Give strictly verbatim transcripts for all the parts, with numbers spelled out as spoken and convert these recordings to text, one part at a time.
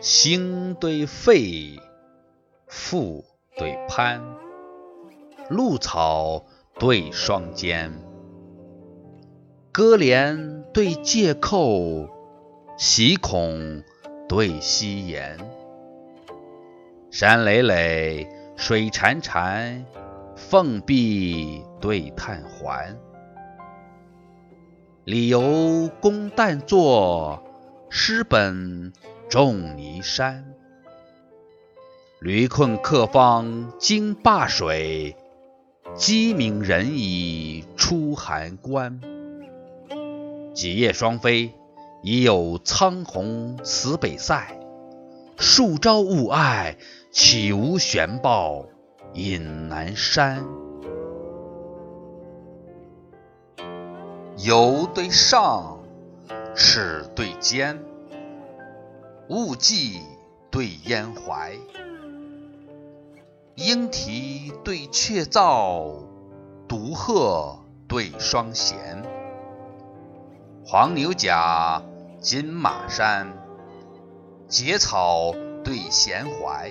兴对废，复对攀，露草对双肩，歌帘对借扣，喜孔对夕颜。山累累，水潺潺，凤壁对探环。理由公旦作，诗本仲尼山。驴困客方惊灞水，鸡鸣人已出函关。几叶双飞，已有苍鸿辞北塞。数朝雾霭，岂无玄豹引南山。游对上，尺对肩，雾霁对烟怀。莺啼对雀噪，独鹤对双弦。黄牛甲，金马山，结草对闲怀。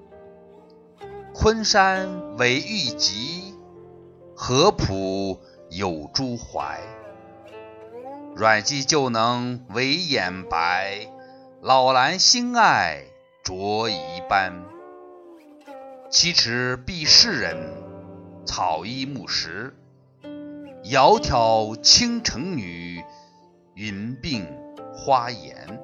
昆山为玉极，合浦有朱槐。阮籍就能为眼白，老兰心爱着一般。七尺避世人，草衣木石。窈窕倾城女，云鬓花颜。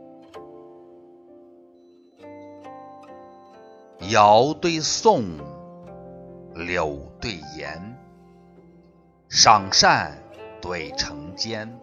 尧对宋，柳对颜。赏善对惩奸。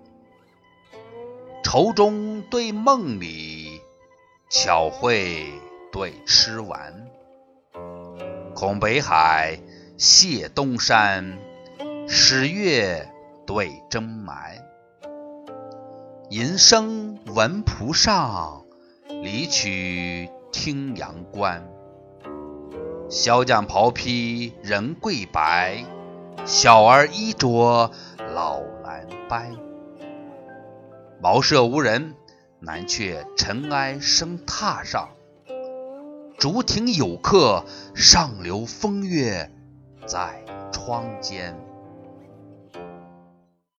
愁中对梦里，巧慧对痴玩。孔北海，谢东山，始月对征埋。吟声闻蒲上，离曲听阳关。骁将袍披人贵白，小儿衣着老兰掰。茅舍无人，南阙尘埃生榻上。竹亭有客，上流风月在窗间。